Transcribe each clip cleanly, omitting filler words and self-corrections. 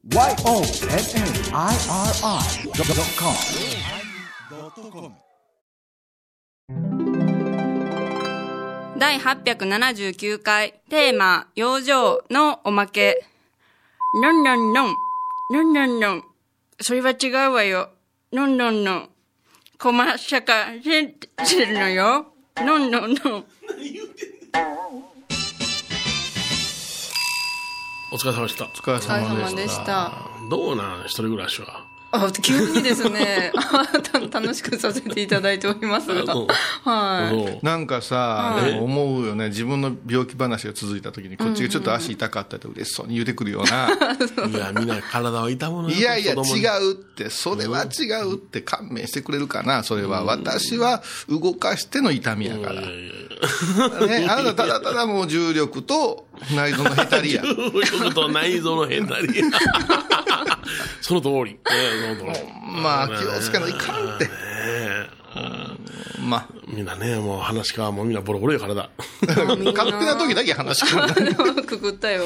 YONNIRI.com 第879回テーマ養生のおまけ。のんのんのんのんのんのん、それは違うわよ。のんのんのん、コマ社会してるのよ。のんのんのん。 お疲れ様でした。 お疲れ様でした。 どうなん一人暮らしは。 急にですね楽しくさせていただいておりますが、はい、 なんかさ、 はい、 でも思うよね。自分の病気話が続いた時にこっちがちょっと足痛かったって嬉しそうに言うてくるような、 いやみんな体は痛むのよ。 いやいや違うって、それは違うって勘弁してくれるかな。それは私は動かしての痛みやから、ね、あなたただただもう重力と内臓のへたりや。 重力と内臓のへたりその通り。 まあ気をつけないかんって。まあみんなね、もう話かもうみんなボロボロやからだ。 勝手な時だけ話かくくったよ。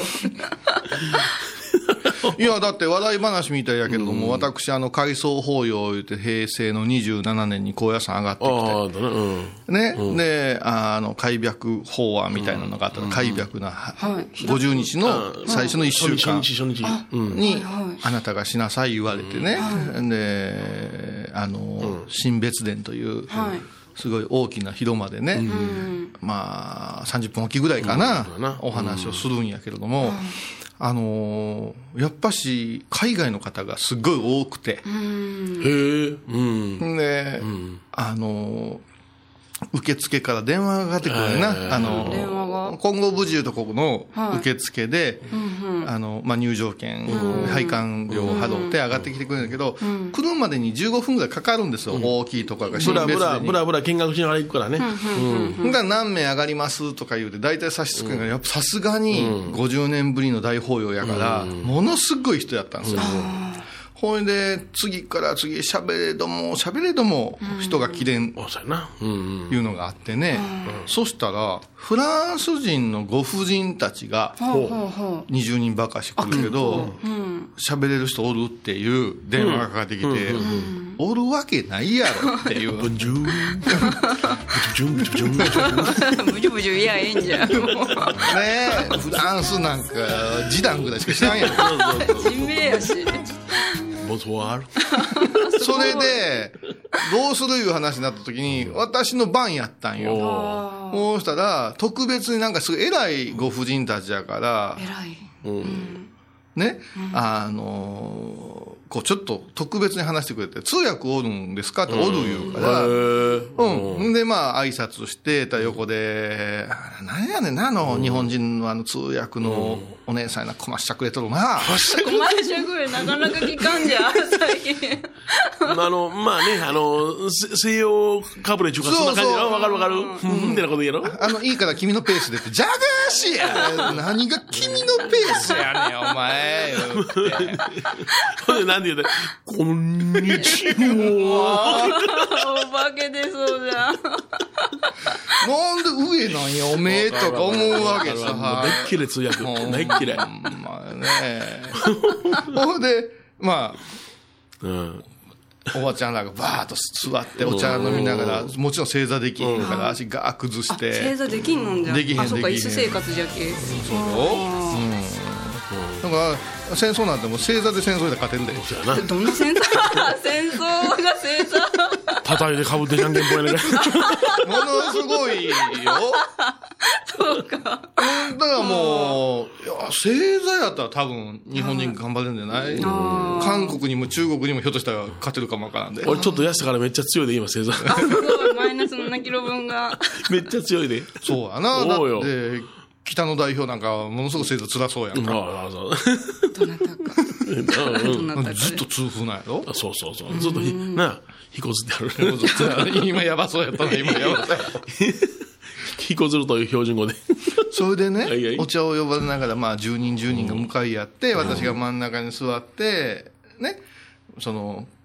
いやだって話題話みたいやけれども、私改装法要を言って平成の27年に高野山上がってきて、ね、で開闢法案みたいなのがあったら、開闢な50日の最初の1週間にあなたがしなさい言われてね、で新別殿というすごい大きな広間でね、まあ30分おきぐらいかな、お話をするんやけれども、やっぱし海外の方がすごい多くて、で、受付から電話がかかってくるな、金剛不自由とこの受付で、まあ、入場券、配管料を払って上がってきてくるんだけど、来るまでに15分ぐらいかかるんですよ、大きいところが。 ブラブラ見学しながら行くからね。 何名上がりますとか言うて大体差し支えが、やっぱさすがに50年ぶりの大法要やから、ものすごい人やったんですよ。ほいで次から次喋れども人が来れんいうのがあってね、そしたらフランス人のご婦人たちが20人ばかし来るけど、喋れる人おるっていう電話がかかってきて、おるわけないやろっていう。ブジュブジュブジュブジュブジュブジュいやええんじゃん。ねえ、フランスなんか示談ぐらいしか知らんやろ。 人名やし。 それでどうするいう話になった時に私の番やったんよ。そうしたら特別になんかすごい偉いご婦人たちやから、ね、こうちょっと特別に話してくれて、通訳おるんですかって、おる言うから、でまあ挨拶してた横で、何やねんな日本人の通訳のお姉さんやな、こましゃくれとるな。 こましゃくれなかなか聞かんじゃん最近。 まあね、西洋かぶれちゅうか、そんな感じやろ。わかるわかる。みたいなこと言うやろ。 いいから君のペースでって、じゃがーしや何が君のペースやねんお前ほんでなんで言うて、こんにちは。 お化け出そうじゃん。 なんで上なんやおめえとか思うわけさ。 大っ嫌い通訳。大っ嫌い。 まあね。ほんで、まあ、おばちゃんらがバーッと座ってお茶飲みながら、もちろん正座できんから足ガー崩して。 正座できんのんじゃん。 できへん。 そうか、椅子生活じゃけ。 そうよ。だから戦争なんてもう正座で戦争で勝てるで。 どんな戦争戦争が正座叩いてかぶってじゃんけんぽいね。 ものすごいよ。 そうか。だからもう正座やったら多分日本人頑張れるんじゃない？韓国にも中国にもひょっとしたら勝てるかもわからんで。 俺ちょっと痩せたからめっちゃ強いで今正座。 すごいマイナス7キロ分がめっちゃ強いで。 そうやな。だって北の代表なんかものすごく正座辛そうやんか。 どなたかずっと痛風なんやろ。 そうずっとなひこずってある。 今やばそうやったね。今やばそうやった。 ひこずるという標準語で。 それでね、お茶を呼ばれながら、まあ10人が向かい合って、私が真ん中に座ってね、その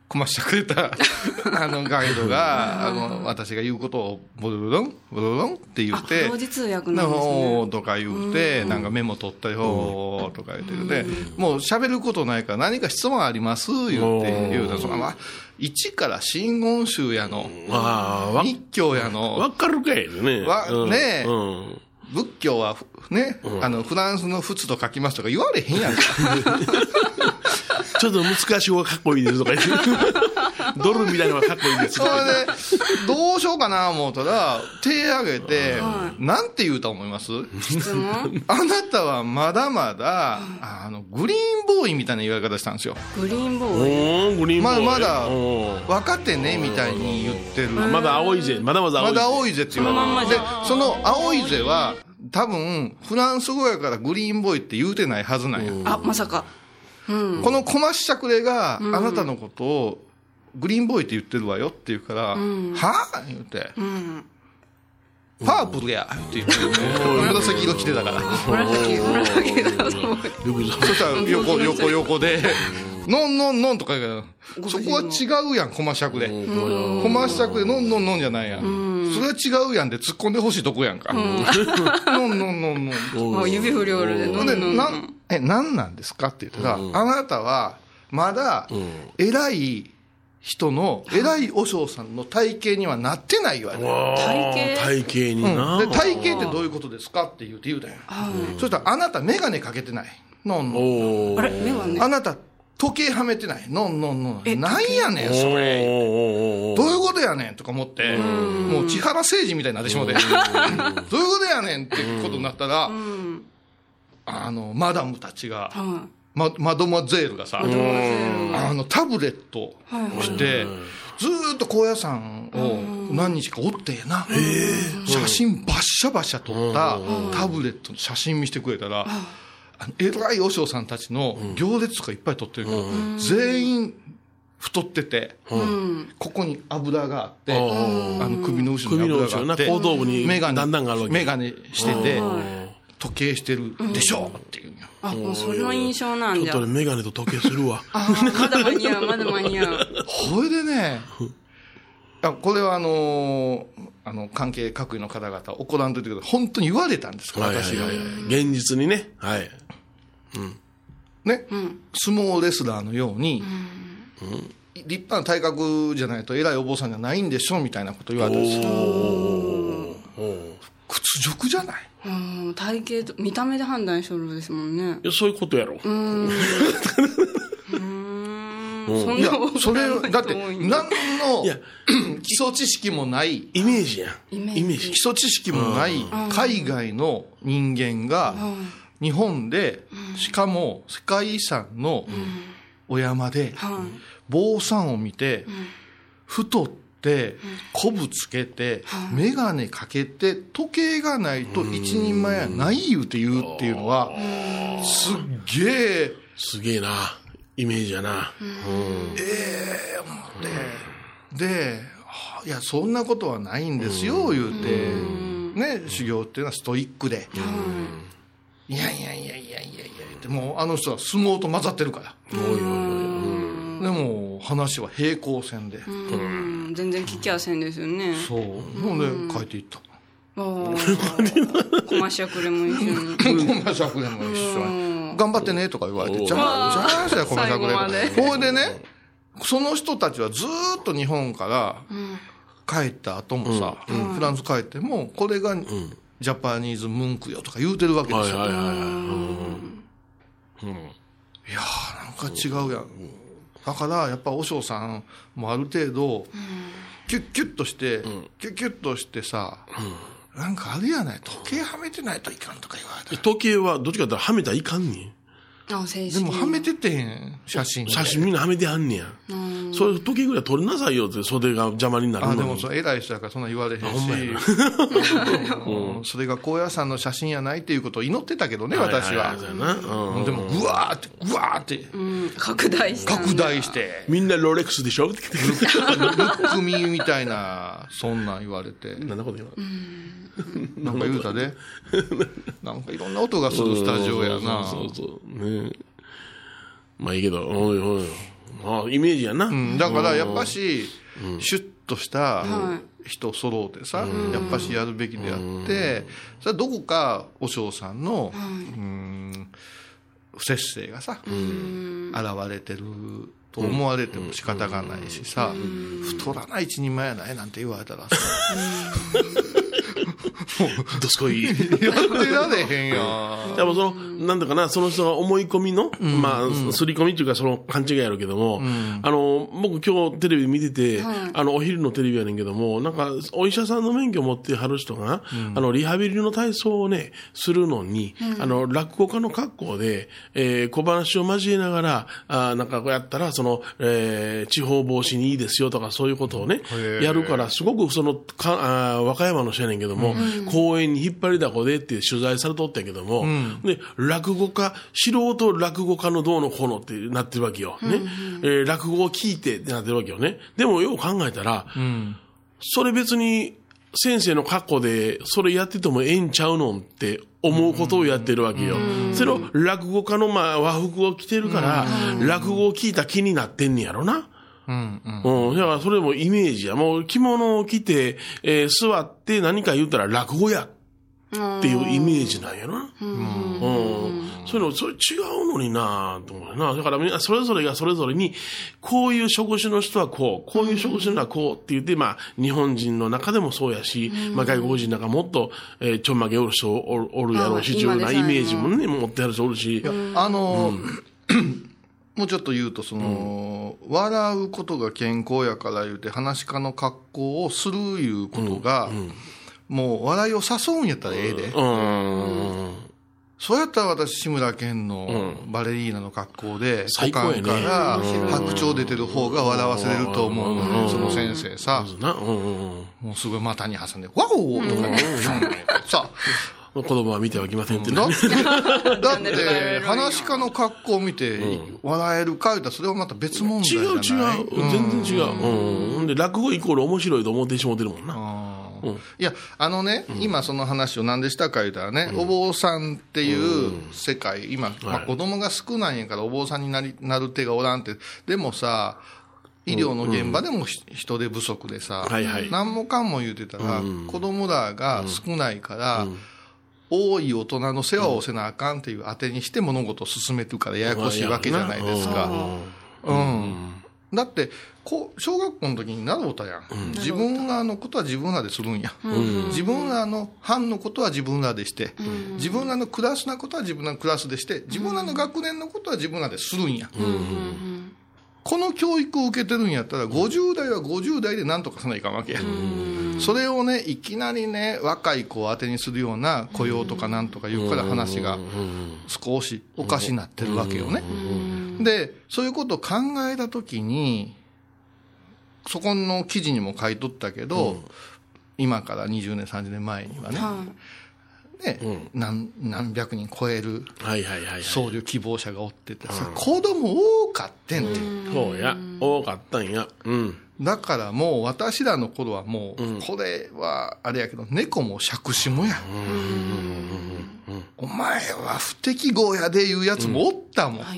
こましてくれたガイドが私が言うことをボロロンボロロンって言って同時通訳なんですねとか言ってなんかメモ取ったよとか言っててもう喋ることないから何か質問あります言うてその一から真言宗やの密教やのわかるかいねね仏教はねフランスの仏と書きますとか言われへんやんかちょっと難しい方がかっこいいですとか言ってドルみたいなのがかっこいいですそれでどうしようかな思ったら手挙げてなんて言うと思います？ 質問あなたはまだまだグリーンボーイみたいな言われ方したんですよ。 グリーンボーイグリーンボーイまだ若手ねみたいに言ってるまだ青いぜまだまだ青いぜって言われてでその青いぜは多分フランス語やからグリーンボーイって言うてないはずなんや。 あまさかこのコマしゃくれがあなたのことをグリーンボーイって言ってるわよって言うから、はぁ言うて、パープルやって言って紫色着てたから紫色そしたら横でノンノンノンとか言うからそこは違うやんコマしゃくれコマしゃくれノンノンノンじゃないやんそれは違うやんで突っ込んでほしいとこやんかノンノンノンノン指振りおるでノンノンノン何なんですかって言ったらあなたはまだ偉い人の偉い和尚さんの体型にはなってないよ体型にな、 で体型ってどういうことですかって言うたんやそしたらあなた眼鏡かけてないノンノンあれ眼鏡あなた時計はめてないノンノンノンなんやねんそれどういうことやねんとか思ってもう千原誠二みたいになってしまってどういうことやねんってことになったらマダムたちがマドモアゼールがさタブレットしてずーっと高野山を何日かおってな写真バッシャバシャ撮ったタブレットの写真見せてくれたら偉い和尚さんたちの行列とかいっぱい撮ってるけど全員太っててここに油があって首の後ろに油があって後頭部に眼鏡してて時計してるでしょっていうもうそれの印象なんじゃちょっとね眼鏡と時計するわまだ間に合うまだ間に合うこれでねこれは関係各位の方々怒らんといてください本当に言われたんですから私が現実にねはいね相撲レスラーのように立派な体格じゃないと偉いお坊さんじゃないんでしょみたいなこと言われたんですよ屈辱じゃない体型と見た目で判断しとるですもんねいやそういうことやろそんなそれだって何の基礎知識もないイメージやんイメージ基礎知識もない海外の人間が日本でしかも世界遺産のお山で坊さんを見て太ってこぶつけて眼鏡かけて時計がないと一人前やない言うて言うっていうのはすっげえなイメージやな思ってでいやそんなことはないんですよ言うてね修行っていうのはストイックでいやってもうあの人は相撲と混ざってるからでも話は平行線で全然聞きやせんですよねそうほんで帰っていったコマしゃくれも一緒にコマしゃくれも一緒に頑張ってねとか言われてじゃあコマしゃくれほいでねその人たちはずっと日本から帰った後もさフランス帰ってもこれがジャパニーズムンクよとか言うてるわけですよいやなんか違うやんだからやっぱ和尚さんもある程度キュッキュッとしてキュッキュッとしてさなんかあるやない時計はめてないといかんとか言われて時計はどっちかって言ったらはめたらいかんねんでもはめててん写真みんなはめてはんねやそれ時計ぐらい撮りなさいよって袖が邪魔になるのにでもそれ偉い人やからそんな言われへんしそれが高野山の写真やないっていうことを祈ってたけどね私はでもグワーって拡大してみんなロレックスでしょルックミーみたいなそんなん言われてなんだこと言うのなんか言うたでなんかいろんな音がするスタジオやなそうねまあいいけどおいイメージやな。 だからやっぱし、シュッとした人揃うてさ、やっぱしやるべきであって、それはどこか和尚さんの、不摂生がさ、現れてると思われても仕方がないしさ、太らない一人前やないなんて言われたらさ、 どすこい。 やってられへんやん。 でもなんだかな、その人が思い込みの、まあ、すり込みっていうか、その勘違いやるけども、僕今日テレビ見てて、お昼のテレビやねんけども、なんか、お医者さんの免許を持ってはる人が、リハビリの体操をね、するのに、落語家の格好で、小話を交えながら、なんかこうやったら、地方防止にいいですよとか、そういうことをね、やるから、すごく和歌山の人やねんけども、公園に引っ張りだこでって取材されとったんやけども、で、落語家、素人落語家のどうのこうのってなってるわけよ。ね。落語を聞いてってなってるわけよね。でもよう考えたら、それ別に先生の格好でそれやっててもええんちゃうのって思うことをやってるわけよ。それを落語家の和服を着てるから、落語を聞いた気になってんねやろな。だからそれもイメージや。もう着物を着て、座って何か言ったら落語やっていうイメージなんやな。それ違うのになと思うな。だからみんなそれぞれがそれぞれに、こういう職種の人はこう、こういう職種の人はこうって言って、まあ、日本人の中でもそうやし、まあ、外国人なんかもっと、ちょんまげおる人おるやろうし、ようなイメージもね、持ってやる人おるし。 もうちょっと言うと、笑うことが健康やから言うて、噺家の格好をするいうことが、もう笑いを誘うんやったらええで。そうやったら私、志村けんのバレリーナの格好で、股間から白鳥出てる方が笑わせれると思うのね、その先生さ。もうすごい股に挟んで、ワオーとか、さ子供は見てはいけませんってね。 だって、噺家の格好を見て、笑えるか言うたら、それはまた別問題じゃない。 違う。全然違う。で、落語イコール面白いと思ってしもてるもんな。 いや、今その話を何でしたか言うたらね、お坊さんっていう世界、今、子供が少ないんやからお坊さんになる手がおらんって、でもさ、医療の現場でも人手不足でさ、何もかんも言うてたら、子供らが少ないから、多い大人の世話をせなあかんっていう当てにして物事を進めてるからややこしいわけじゃないですか。だって、小学校の時に習うたやん。自分らのことは自分らでするんや。自分らの班のことは自分らでして、自分らのクラスなことは自分らのクラスでして、自分らの学年のことは自分らでするんや。この教育を受けてるんやったら、50代は50代で何とかせないかんわけや。それをね、いきなりね、若い子を当てにするような雇用とかなんとか言うから話が少しおかしになってるわけよね。で、そういうことを考えたときに、そこの記事にも書いとったけど、今から20年、30年前にはね、何百人超える僧侶希望者がおっててさ、子供多かってんて。 そうや、多かったんや。 だからもう私らの頃はもう、これはあれやけど、猫も杓子もや。お前は不適合やでいうやつもおったもん。お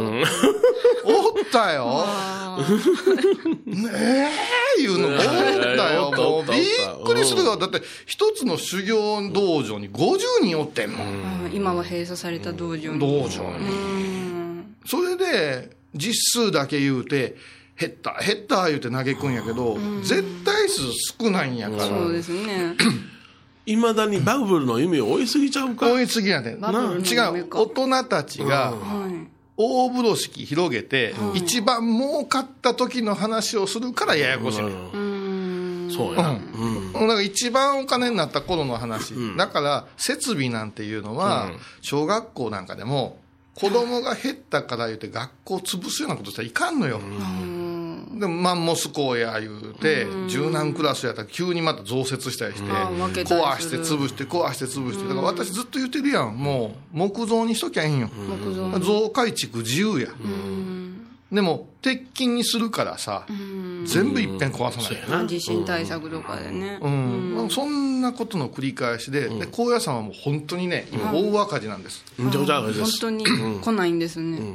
ったよ。ねえいうのもおったよ。もうびっくりするよ。だって一つの修行道場に50人おってんもん。 今は閉鎖された道場に。 それで実数だけ言うて、減った言うて嘆くんやけど、絶対数少ないんやから。 そうですね。 いまだにバブルの夢を追いすぎちゃうか。 追いすぎやねん。違う。大人たちが大風呂敷広げて、一番儲かった時の話をするからややこしい。 そうや。 だから一番お金になった頃の話。だから設備なんていうのは、小学校なんかでも、子供が減ったから言うて学校潰すようなことしたらいかんのよ。でもマンモス校や言うて、十何クラスやったら急にまた増設したりして、壊して潰して、壊して潰して。だから私ずっと言ってるやん。もう木造にしときゃいいんよ。増改築自由や。でも鉄筋にするからさ、全部いっぺん壊さない。 地震対策とかでね。 そんなことの繰り返しで、高野山はもう本当にね、今大赤字なんです。 めちゃくちゃ赤字です。 本当に来ないんですね。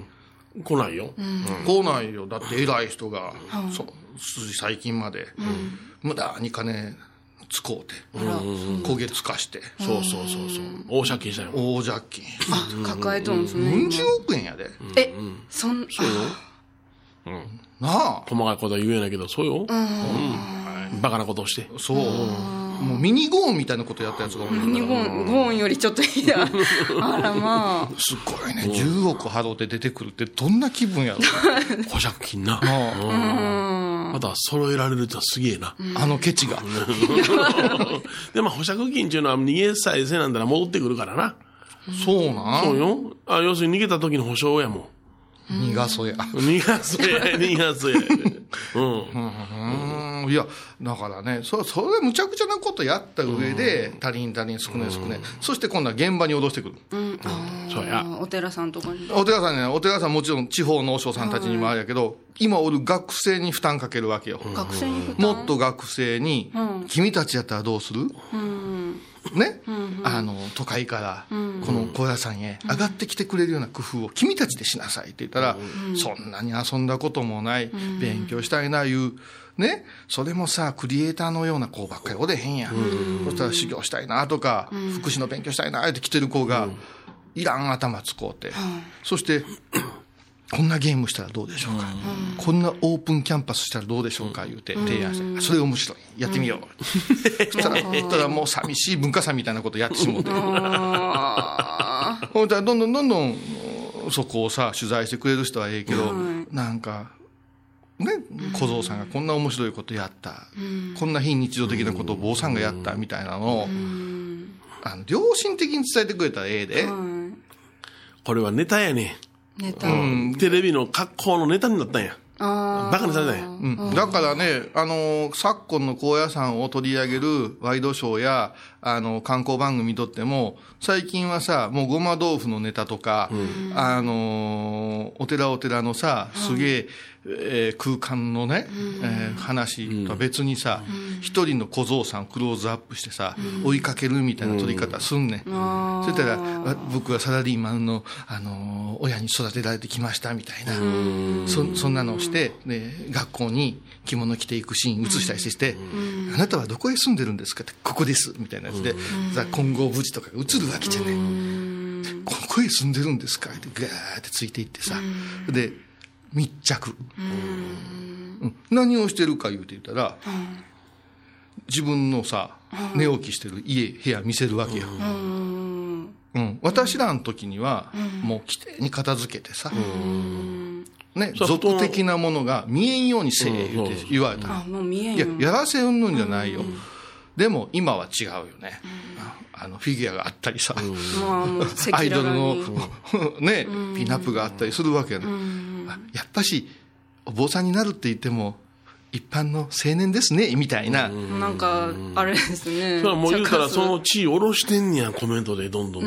来ないよ。 来ないよ。だって偉い人が、最近まで、無駄に金使うて、焦げつかして。 そう。大借金したよ。 大借金。 抱えとんですね。 うん十億円やで。 そうよ。 なあ。細かいことは言えないけど、そうよ。バカなことをして。 そう。もうミニゴーンみたいなことやったやつが多い。 ミニゴーンよりちょっといいや。あらまあ。 すごいね。10億払って出てくるってどんな気分やろ。 保釈金な。また揃えられるってすげえな。 あのケチが。 でも保釈金っていうのは逃げさえせなんだら戻ってくるからな。 そうなん？ そうよ。要するに逃げた時の保証やもん。 逃がそや。 逃がそや。 いや、だからね、それむちゃくちゃなことやった上で、足りん少ない。そして今度は現場に脅してくる。 そうや。 お寺さんとかに。 お寺さんもちろん地方の和尚さんたちにもあるやけど、今おる学生に負担かけるわけよ。 学生に負担？ もっと学生に、君たちやったらどうする？ね、都会からこの高野山へ上がってきてくれるような工夫を君たちでしなさいって言ったら、そんなに遊んだこともない、勉強したいないうね、それもさクリエイターのような子ばっかりおれへんやん。そしたら修行したいなとか、福祉の勉強したいなって来てる子が、いらん頭使うて、そしてこんなゲームしたらどうでしょうか、こんなオープンキャンパスしたらどうでしょうか言うて提案して、それ面白い、やってみよう、そしたらもう寂しい文化祭みたいなことやってしもうてほんとはどんどんそこをさ取材してくれる人はええけど、なんかね、小僧さんがこんな面白いことやった、こんな非日常的なことを坊さんがやったみたいなのを、良心的に伝えてくれたらええで、 これはネタやね。 ネタ、 テレビの格好のネタになったんや。バカにされたんや。 だからね、昨今の高野山を取り上げるワイドショーや観光番組にとっても、最近はさもうごま豆腐のネタとか、お寺のさすげえ空間のね、話とは別にさ、一人の小僧さんをクローズアップしてさ、追いかけるみたいな撮り方すんねん。そしたら僕はサラリーマンの、親に育てられてきましたみたいな、そんなのをして、ね、学校に着物着ていくシーン映したりして、あなたはどこへ住んでるんですかって、ここですみたいなやつで、金剛無事とかが映るわけじゃね、ここへ住んでるんですかってガーってついていってさ、で密着、何をしてるか言ったら、自分のさ寝起きしてる部屋見せるわけよ。私らの時にはもうきれいに片付けてさ、ね、俗的なものが見えんようにせえって言われた。 もう見えんよ。いや、やらせうんぬんじゃないよ。でも今は違うよね。フィギュアがあったりさ、アイドルのねピンナップがあったりするわけやね。やっぱしお坊さんになるって言っても一般の青年ですねみたいな、 なんかあれですね。 それはもう言うたらその地位下ろしてんねや、コメントでどんどん。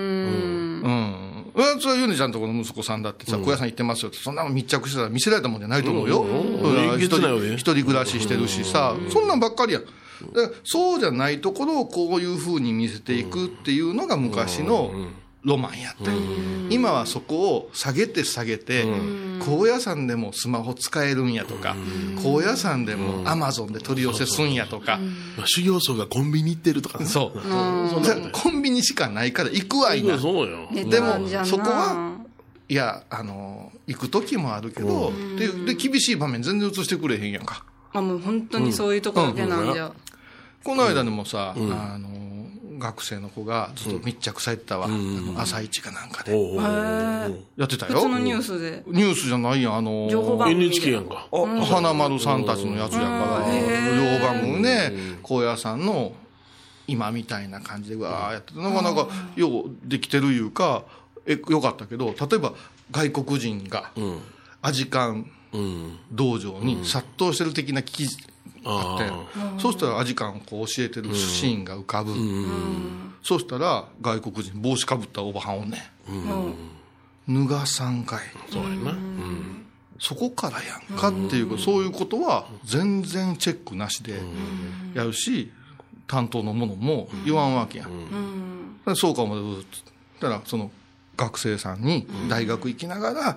それはゆねちゃんとこの息子さんだってさ、高野山行ってますよって、そんなの密着してたら見せられたもんじゃないと思うよ。一人暮らししてるしさ、そんなんばっかりやん。そうじゃないところをこういう風に見せていくっていうのが昔のロマンやったり、今はそこを下げて高野山でもスマホ使えるんやとか、高野山でもアマゾンで取り寄せすんやとか、修行僧がコンビニ行ってるとか、 そうコンビニしかないから行くわいな。 そうよ。 でもそこはいや行く時もあるけど、で厳しい場面全然映してくれへんやんか。 もう本当にそういうとこだけなんじゃ。 この間でもさ、学生の子がずっと密着されてたわ、朝一かなんかでやってたよ。 普通のニュースで。 ニュースじゃないやん、 情報番組 NHK やんか。 花丸さんたちのやつやから、情報番組ね、高野山の今みたいな感じでわーやってて、なかなかようできてるいうかよかったけど、例えば外国人がアジカン道場に殺到してる的な記事あって、そうしたらアジカンをこう教えてるシーンが浮かぶ、そうしたら外国人帽子かぶったおばはんをね、脱がさんかい、 そうやな、 そこからやんかっていう、そういうことは全然チェックなしでやるし、担当の者も言わんわけやん、そうかもずっとだからその学生さんに大学行きながら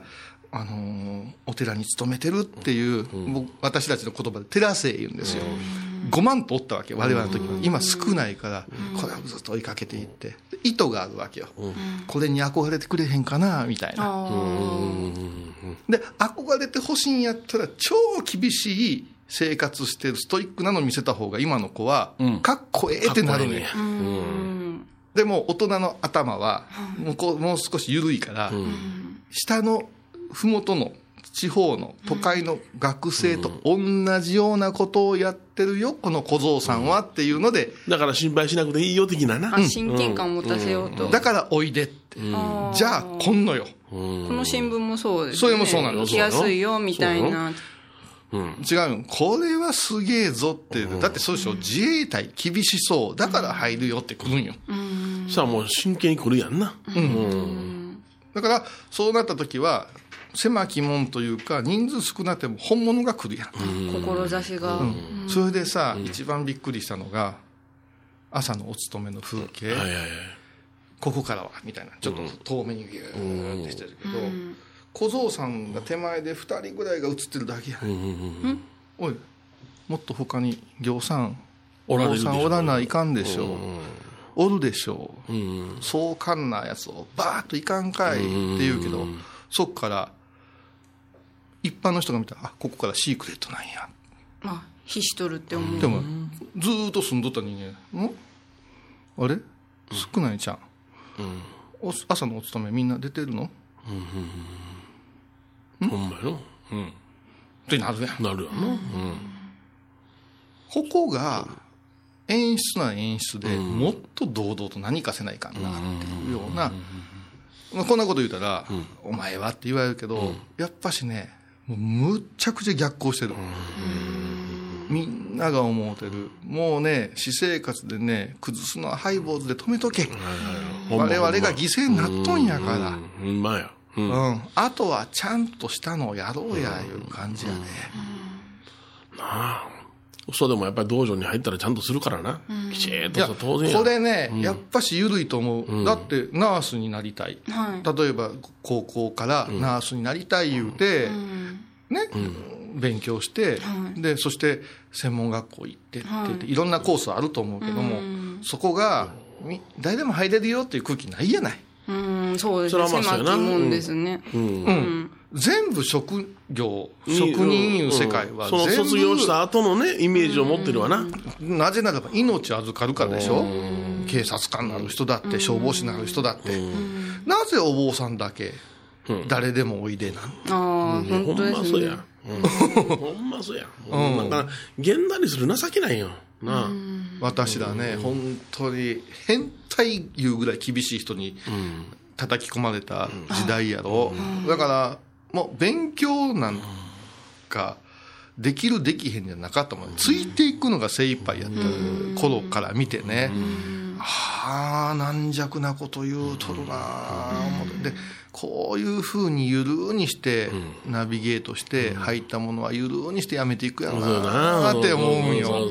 お寺に勤めてるっていう、私たちの言葉で寺生言うんですよ。5万とおったわけ、我々の時は。今少ないから、これをずっと追いかけていって、意図があるわけよ。これに憧れてくれへんかなみたいな。で憧れてほしいんやったら超厳しい生活してるストイックなの見せた方が今の子はかっこええってなるね。でも大人の頭はもう少し緩いから、下の麓の地方の都会の学生と同じようなことをやってるよ、この小僧さんはっていうので、 だから心配しなくていいよ的なな、 親近感を持たせようと、 だからおいでって、じゃあ来んのよ。 この新聞もそうですね。 それもそうなんです。 来やすいよみたいな。 違うよ、これはすげえぞって、だってそうでしょ、自衛隊厳しそうだから入るよって来るんよ。 さあもう真剣に来るやんな。 だからそうなった時は狭き門というか、人数少なくても本物が来るやん、 志が、 それでさ、一番びっくりしたのが朝のお勤めの風景、ここからはみたいな、ちょっと遠目にギューってしてるけど、小僧さんが手前で2人ぐらいが映ってるだけや、おいもっと他に行さんおさんおらないかんでしょう、おるでしょう、そうかんなやつをバーッといかんかいって言うけど、そっから一般の人が見たら、あ、ここからシークレットなんや、 必死取るって思う。 でもずーっと住んどった人間、あれ少ないじゃん、朝のお勤めみんな出てるの、 ほんまやろ、 ってなるやん。 なるやんな。 ここが演出な演出で、もっと堂々と何かせないかんなっていうような、こんなこと言うたら、お前はって言われるけど、やっぱしね、もうむっちゃくちゃ逆行してる。みんなが思うてる、もうね、私生活でね、崩すのはハイボーズで止めとけ、我々が犠牲になっとんやから、あとはちゃんとしたのをやろうやいう感じやね。 そうでもやっぱり道場に入ったらちゃんとするからな、きちっと当然や。 これね、やっぱし緩いと思う、だってナースになりたい、例えば高校からナースになりたい言うて、ね、勉強して、でそして専門学校行ってって言って、いろんなコースあると思うけども、そこが誰でも入れるよっていう空気ないやない。 そうですね、狭きもんですね。 全部職業、職人いう世界は全部、 その卒業した後のねイメージを持ってるわな。 なぜならば命を預かるからでしょ。警察官になる人だって、消防士になる人だって、なぜお坊さんだけ誰でもおいでなんて。 本当ですね。 ほんまそうや。なんかげんなりする情けないよな。 私らね、本当に変態いうぐらい厳しい人に叩き込まれた時代やろ。だからもう勉強なんかできるできへんじゃなかったもん、ついていくのが精一杯やった頃から見てね、軟弱なこと言うとるなで、こういうふうにゆるにしてナビゲートして入ったものはゆるにしてやめていくやろなって思うんよ。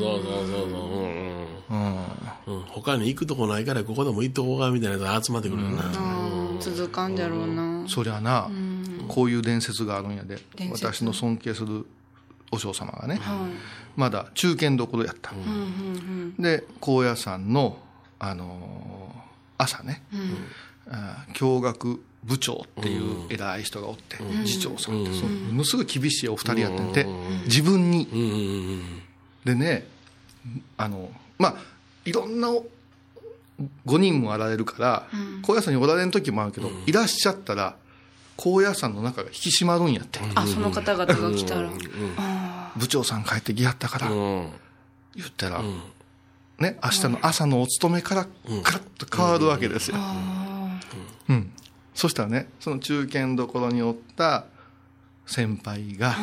他に行くとこないからここでも行っとこうかみたいなやつ集まってくるよな。 続かんじゃろうな。 そりゃな、こういう伝説があるんやで。私の尊敬するお嬢様がね、まだ中堅どころやった、で高野山の、朝ね、教学部長っていう偉い人がおって、次長さんって、ものすごい厳しいお二人やってて、自分に、でね、いろんな5人もあられるから、高野山におられる時もあるけど、いらっしゃったら高野山の中が引き締まるんやって。 その方々が来たら、 部長さん帰ってきはったから、言ったら、ね、明日の朝のお勤めからカラッと変わるわけですよ。そしたらね、その中堅どころにおった先輩が、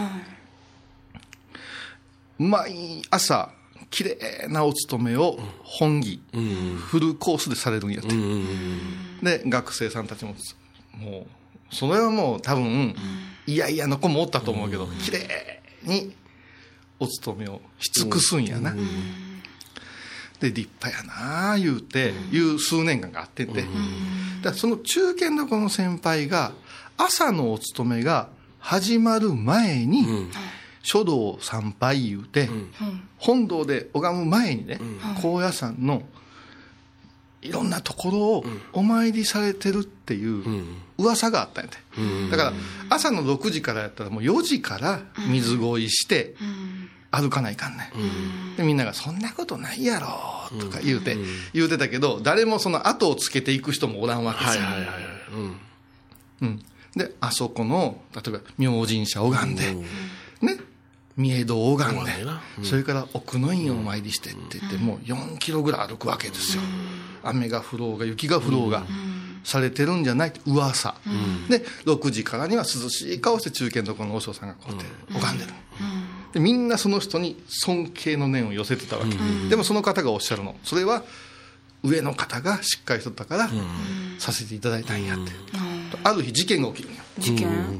毎朝きれいなお勤めを本気、フルコースでされるんやって。で学生さんたちももうそれはもう多分いやいやの子もおったと思うけど、きれいにお勤めをし尽くすんやな。で立派やな言うて、いう数年間があってて、だからその中堅どころの先輩が朝のお勤めが始まる前に、書道参拝言うて、本堂で拝む前にね、高野山のいろんなところをお参りされてるっていう噂があったんやて、だから朝の6時からやったらもう4時から水乞いして歩かないかんね、でみんながそんなことないやろとか言うてたけど、誰もその後をつけていく人もおらんわけですよ。であそこの例えば明神社拝んで、ね、三重堂拝んで、それから奥の院をお参りしてって言ってもう4キロぐらい歩くわけですよ。雨が降ろうが雪が降ろうがされてるんじゃないって噂、で6時からには涼しい顔して中堅どころの和尚さんがこうやって拝んでる、でみんなその人に尊敬の念を寄せてたわけ、でもその方がおっしゃるの、それは上の方がしっかりしとったからさせていただいたんやって、ある日事件が起きるんや。 事件？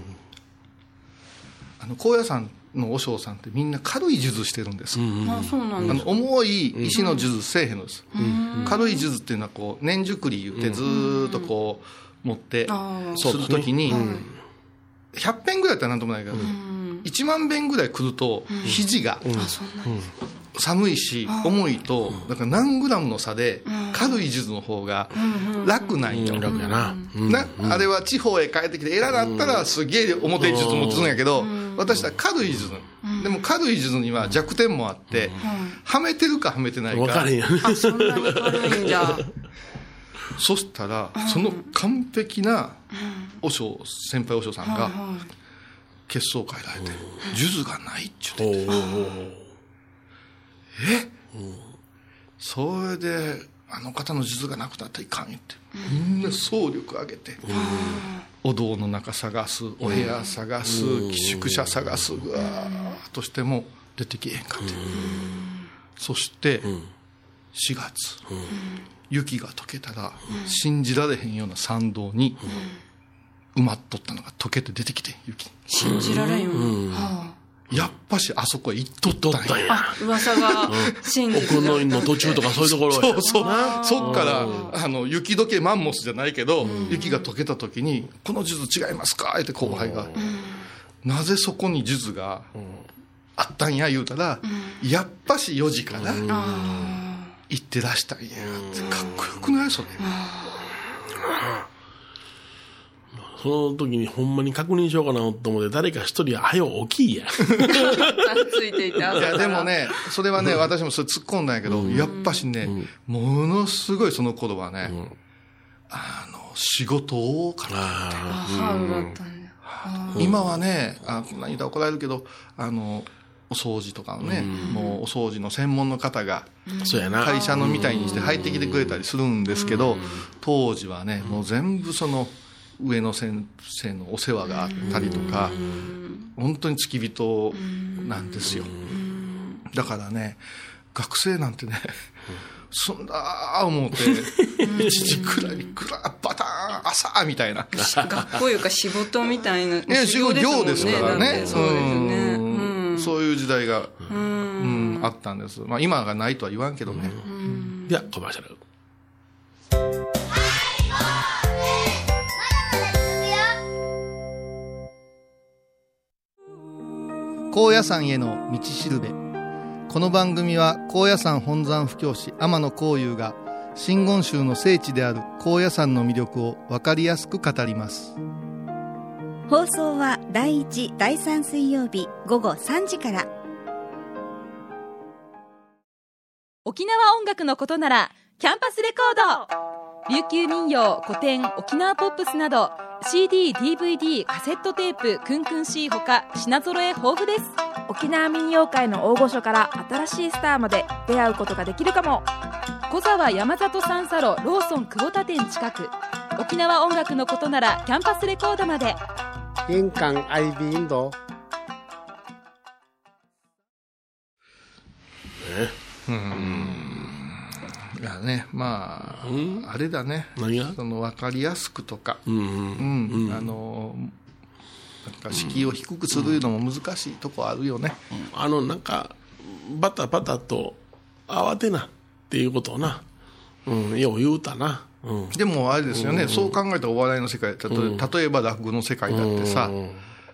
高野山の和尚さんってみんな軽い数珠してるんです、 そうなんです。 重い石の数珠せえへんのです、軽い数珠っていうのはこう念熟り言ってずーっとこう持ってするときに100遍ぐらいだったらなんともないけど、1万遍ぐらい来ると肘が寒いし重いと、だから何グラムの差で軽い数珠の方が楽なんよ、 楽やな、 あれは地方へ帰ってきて偉なったらすげえ重てい数珠持つんやけど、私は軽い数珠、でも軽い数珠には弱点もあって、はめてるかはめてないか分かれんやね。 あ、そんなに軽いんじゃ。 そしたらその完璧な先輩和尚さんが結相会られて数珠がないっちゅうて、それであの方の数珠がなくなったらいかんよってみんな総力上げて、お堂の中探す、お部屋探す、寄宿舎探す、ぐわーっとしても出てきへんかって、そして4月、雪が溶けたら信じられへんような参道に埋まっとったのが溶けて出てきて、雪信じられんよ。 やっぱしあそこへ行っとったんや。 噂が真実奥の院の途中とかそういうところそうそっから雪解けマンモスじゃないけど、雪が溶けた時にこの数珠違いますかって後輩が、なぜそこに数珠があったんや言うたら、やっぱし4時から行ってらしたんやって、かっこよくないそれ。 その時にほんまに確認しようかなと思って、誰か一人はよ起きやついていて、いやでもね、それはね、私もそれ突っ込んだんやけど、やっぱしね、ものすごいその頃はね、仕事多かった。 ハードだったんだ。 今はね、こんなに言ったら怒られるけど、お掃除とかね、もうお掃除の専門の方が会社のみたいにして入ってきてくれたりするんですけど、当時はね、もう全部その上の先生のお世話があったりとか、本当に付き人なんですよ。だからね、学生なんてね、そんな思って1時くらいくらバターン朝みたいな、 学校いうか仕事みたいな、 仕事業ですからね。 そうですよね。 そういう時代があったんです。まあ今がないとは言わんけどね。 ではコマーシャル。 高野山への道しるべ。この番組は高野山本山布教師天野幸雄が真言宗の聖地である高野山の魅力を分かりやすく語ります。 放送は第1、第3水曜日午後3時から。 沖縄音楽のことならキャンパスレコード、琉球民謡、古典、沖縄ポップスなど CD、DVD、カセットテープ、クンクン C ほか品揃え豊富です。 沖縄民謡界の大御所から新しいスターまで出会うことができるかも。 小沢山里三佐路ローソン久保田店近く。沖縄音楽のことならキャンパスレコードまで。 玄関アイビーインド。 いやね、まあ、あれだね、 何がその分かりやすくとか、なんか敷居を低くするのも難しいとこあるよね。 なんかバタバタと慌てなっていうことをな、よう言うたな。 でもあれですよね、そう考えたらお笑いの世界、例えば落語の世界だってさ、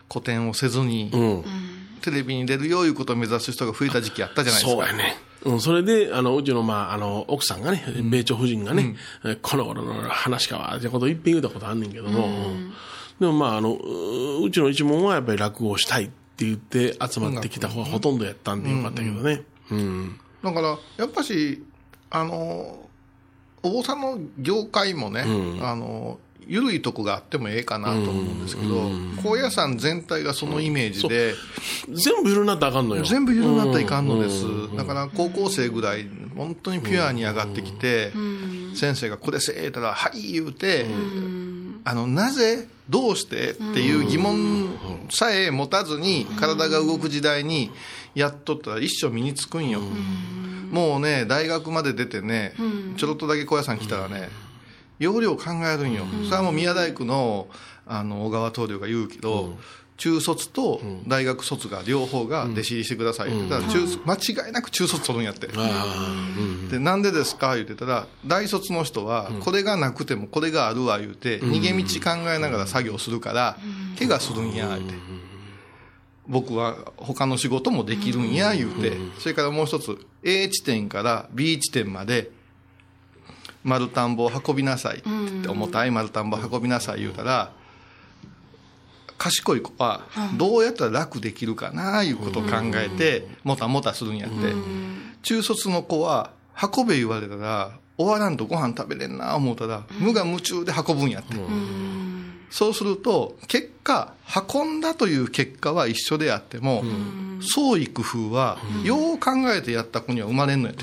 古典をせずに、テレビに出るよういうことを目指す人が増えた時期あったじゃないですか。 そうやね。それで、うちの、奥さんがね、米朝夫人がね、この頃の話かは、ってことを一遍言うたことあんねんけども、でもうちの一門はやっぱり落語をしたいって言って集まってきた方がほとんどやったんでよかったけどね。 だから、やっぱし、お坊さんの業界もね、緩いとこがあってもええかなと思うんですけど、高野山全体がそのイメージで、 全部緩なったらあかんのよ。 全部緩なったらいかんのです。だから高校生ぐらい本当にピュアに上がってきて、先生がこれせえたらはい言うて、なぜどうしてっていう疑問さえ持たずに体が動く時代にやっとったら一生身につくんよ。もうね、大学まで出てね、ちょろっとだけ高野山来たらね、要領考えるんよ。それはもう宮大工の小川棟梁が言うけど、中卒と大学卒が両方が弟子入りしてくださいって言ったら、間違いなく中卒取るんやって。で、なんでですか言ってたら、大卒の人はこれがなくてもこれがあるわ言うて、逃げ道考えながら作業するから怪我するんや言うて、僕は他の仕事もできるんや言うて、それからもう一つ A 地点から B 地点まで丸田んぼを運びなさいって言って、重たい丸田んぼを運びなさい言うたら、賢い子はどうやったら楽できるかないうことを考えてもたもたするんやって、中卒の子は運べ言われたら終わらんとご飯食べれんな思うたら無我夢中で運ぶんやって、そうすると結果運んだという結果は一緒であっても、創意工夫はよう考えてやった子には生まれんのやって、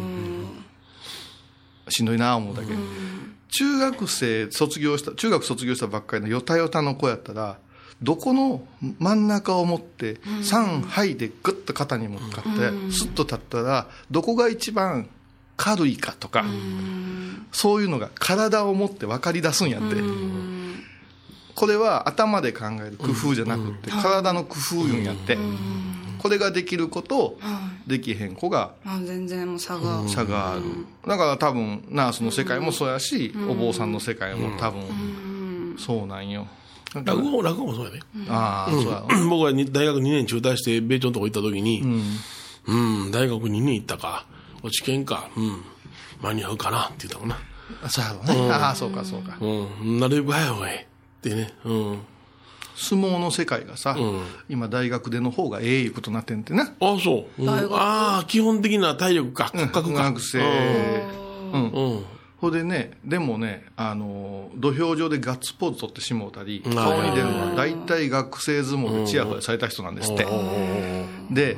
しんどいな思うだけ。中学卒業したばっかりのヨタヨタの子やったら、どこの真ん中を持って3はいでグッと肩に向かってスッと立ったらどこが一番軽いかとか、そういうのが体を持って分かり出すんやって。これは頭で考える工夫じゃなくって体の工夫言うんやって。これができる子とできへん子が全然もう差がある。だから多分ナースの世界もそうやし、お坊さんの世界も多分そうなんよ。 落語もそうやね。 そうや僕は大学2年中退して米朝のとこ行った時に、大学2年行ったか、落ち研か、間に合うかなって言ったもんな。 そうやろね。そうかそうか。 なるべく早い方がいいってね。 相撲の世界がさ、今大学での方がいうことになってんてな。 そう。基本的な体力か、骨格か。 学生。ほんでね、でもね、土俵上でガッツポーズ取ってしもうたり、顔に出るのは大体学生相撲でチヤホヤされた人なんですって。で、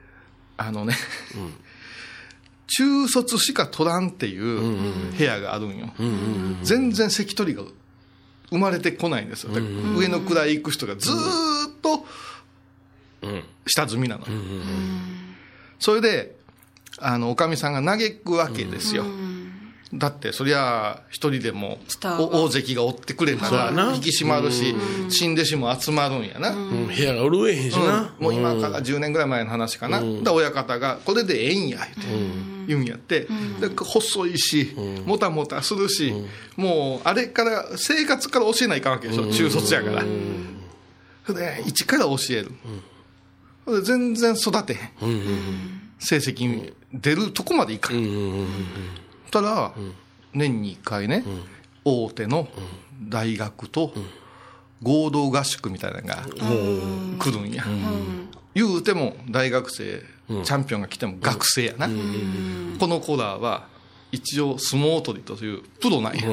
中卒しか取らんっていう部屋があるんよ。全然関取が生まれてこないんですよ。上の位行く人がずーっと下積みなの。それで、おかみさんが嘆くわけですよ。だってそりゃ一人でも大関が追ってくれたら引き締まるし、新弟子も集まるんやな。 部屋が潤えへんしな。 もう今から10年ぐらい前の話かな。で親方がこれでええんや言うんやって、で細いしもたもたするし、もうあれから生活から教えないかんわけでしょ、中卒やから。で一から教える。で全然育てへん。成績に出るとこまでいかん。たら、年に1回ね、大手の大学と合同合宿みたいなのが来るんや。言うても大学生、チャンピオンが来ても学生やな。この子らは一応相撲取りというプロなんや。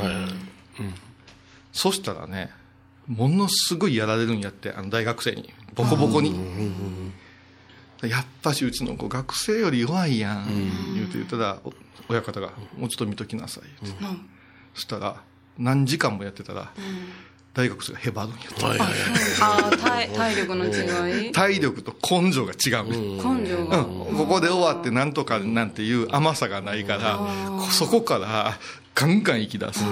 そしたらね、ものすごいやられるんやって、大学生にボコボコに。やっぱしうちの子学生より弱いやん言ったら、親方がもうちょっと見ときなさいって、そしたら何時間もやってたら、大学生がへばるんやって。 体力の違い、 体力と根性が違う、 根性が、 ここで終わってなんとかなんていう甘さがないから、そこからガンガン行き出す。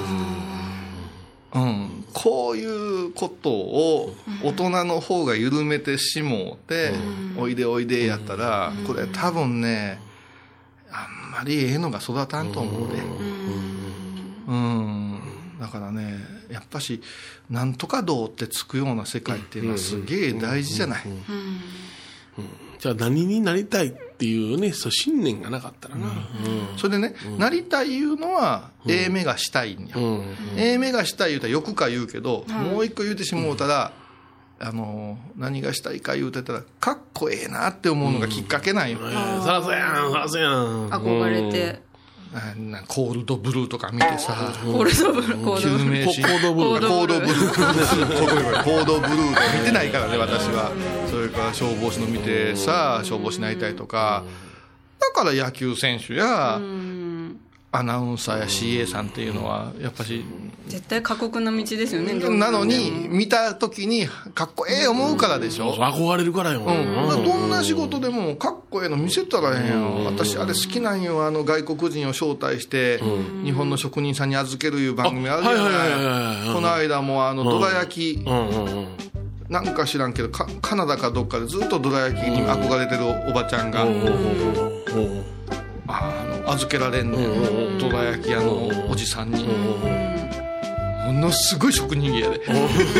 こういうことを大人の方が緩めてしもうて、おいでおいでやったら、これ多分ね、あんまりええのが育たんと思うで。だからね、 やっぱしなんとか道ってつくような世界っていうのはすげえ大事じゃない。 じゃあ何になりたいっていうね、そう信念がなかったらな、 それでね、なりたいいうのは A 目がしたいんや、A 目がしたい言うたらよくか言うけど、もう一個言うてしもうたら、何がしたいか言うてたらかっこええなって思うのがきっかけなんよ。 そらそうやん、そらそうやん。 憧れて。 コールドブルーとか見てさ、 コールドブルー、 救命士、コードブルー、コードブルーで見てないからね、私は。それから消防士の見てさ、消防士になりたいとか、だから野球選手やアナウンサーや CA さんっていうのはやっぱし絶対過酷な道ですよね。 なのに見た時にかっこええ思うからでしょ。 憧れるからよ。 どんな仕事でもかっこええの見せたらええやん。私あれ好きなんよ。外国人を招待して日本の職人さんに預けるいう番組あるじゃない。この間もどら焼きなんか知らんけどカナダかどっかでずっとどら焼きに憧れてるおばちゃんが預けられんねん、どら焼き屋のおじさんに。ものすごい職人芸で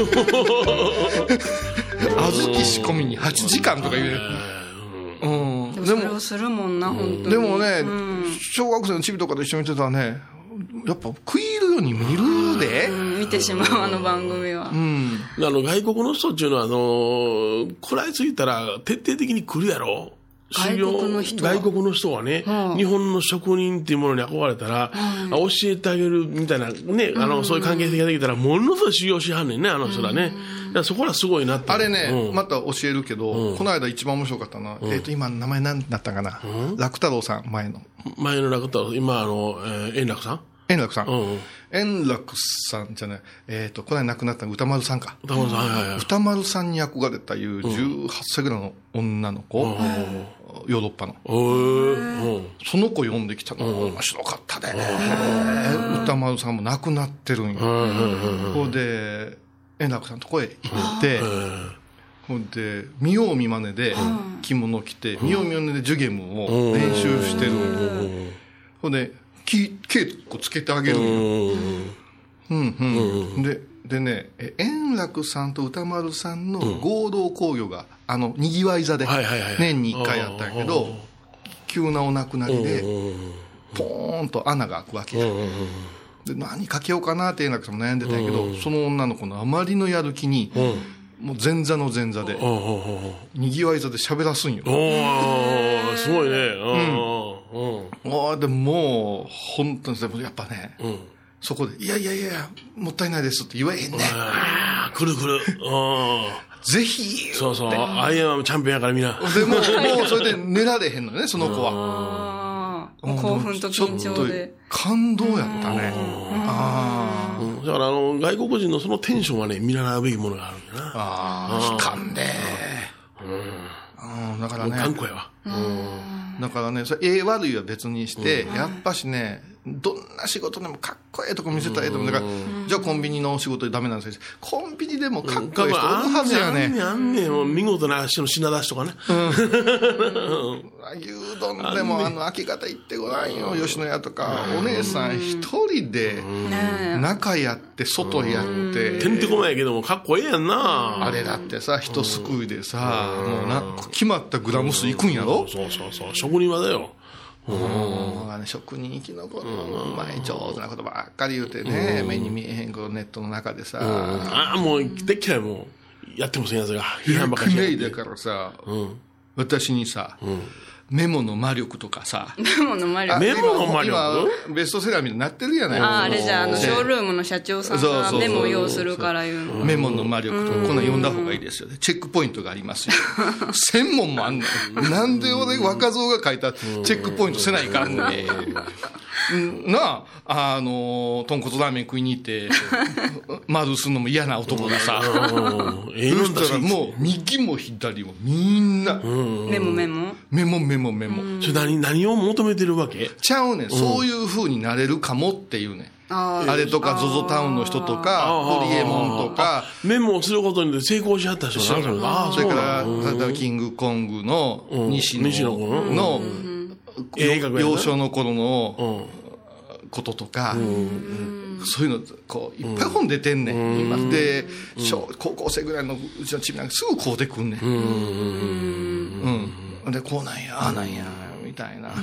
小豆仕込みに8時間とか言う。 でもそれをするもんな、本当に。 でもね、小学生のチビとかと一緒に見てたらね、やっぱ食い入るように見るで、 見てしまう、あの番組は。 外国の人っていうのは食らいついたら徹底的に来るやろ。 外国の人はね、日本の職人っていうものに憧れたら、教えてあげるみたいなね、そういう関係性ができたらものすごい修行しはんねんね、あの人らね。そこらすごいなって。 あれね、また教えるけど、この間一番面白かったのは、今名前何だったかな、楽太郎さん、前の楽太郎、今円楽さん、 円楽さん、円楽さんじゃない、この間亡くなった歌丸さんか。歌丸さんに憧れたいう18歳ぐらいの女の子、ヨーロッパの、その子呼んできたの面白かったで、歌丸さんも亡くなってるんよ。ほんで円楽さんのとこへ行って、ほんで見よう見まねで着物着て、見よう見まねでジュゲムを練習してるんよ。ほんで稽古つけてあげるんよ。でね、円楽さんと歌丸さんの合同興行がにぎわい座で年に1回やったんやけど、急なお亡くなりでポーンと穴が開くわけや。で何かけようかなって円楽さんも悩んでたんやけど、その女の子のあまりのやる気にもう前座の前座でにぎわい座で喋らすんよ。 すごいね。 でもう本当にやっぱね、そこでいやもったいないですって言わへんね。 来るぜひ。 そうそう、アイアムチャンピオンやからみんな。 でもうそれで寝られへんのね、その子は。 興奮と緊張で感動やったね。 だから外国人のそのテンションはね、見習うべきものがあるんだな。 悲観で。だからね。 頑固やわ。 だからね、それ悪いは別にして、やっぱしね、どんな仕事でもかっこええとこ見せたらええと思う。だから、じゃあコンビニの仕事でダメなんですよ。コンビニでもかっこええ人おるはずやね。 あんねん、もう見事な品出しとかね。 牛丼でも開け方行ってごらんよ、吉野家とか。お姉さん一人で、中やって外やって。 てんてこまやけどもかっこええやんな。 あれだってさ、人すくいでさ、もう決まったグラム数いくんやろ。 そう、職人技よ。 職人生き残るのうまい上手なことばっかり言うてね、目に見えへんこのネットの中でさ、 もうでっ嫌い、もうやってもせんやつが批判ばかりしてだからさ、私にさ、メモの魔力とかさ、 メモの魔力、 今ベストセラーみたいになってるやない。 あれじゃショールームの社長さんがメモを用するから言うの。 メモの魔力とか、こんなん読んだ方がいいですよね。チェックポイントがありますよ。専門もあんの。なんで俺若造が書いたチェックポイントせないかんね。なあ、豚骨ラーメン食いに行って丸すんのも嫌な男がさ、そしたらもう右も左もみんなメモそれ何を求めてるわけちゃうねん。そういう風になれるかもっていうね。あれとか ZOZO タウンの人とかホリエモンとかメモをすることに成功しはった人な。 それからキングコングの西野の幼少の頃のこととか、 そういうのこういっぱい本出てんねん、今で高校生ぐらいのうちのチームなんかすぐ買うてくんねん、でこうなんやああなんやみたいな、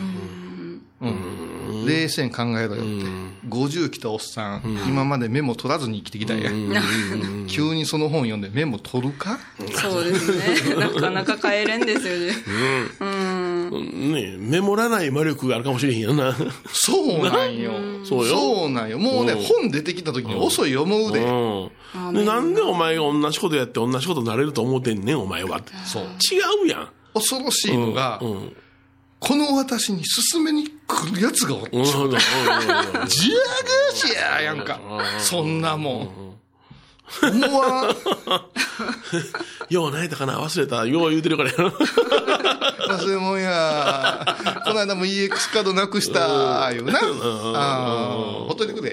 冷静に考えろよって、50来たおっさん、今までメモ取らずに生きてきたんや、急にその本読んでメモ取るか。 そうですね、なかなか変えれんですよね。 ね、メモらない魔力があるかもしれへんやな。 そうなんよ。そうなんよ。もうね、本出てきた時に遅い読むで。 で、なんでお前が同じことやって同じことになれると思ってんねん、お前はって。 そう。 違うやん。 恐ろしいのが、この私に勧めに来るやつがおっちゃう。じゃがしややんか。そんなもん。思わん。 よう何やったかな忘れた。よう言うてるからやろ。 忘れもんや。この間も EX カードなくしたよな。ほっといてくれ。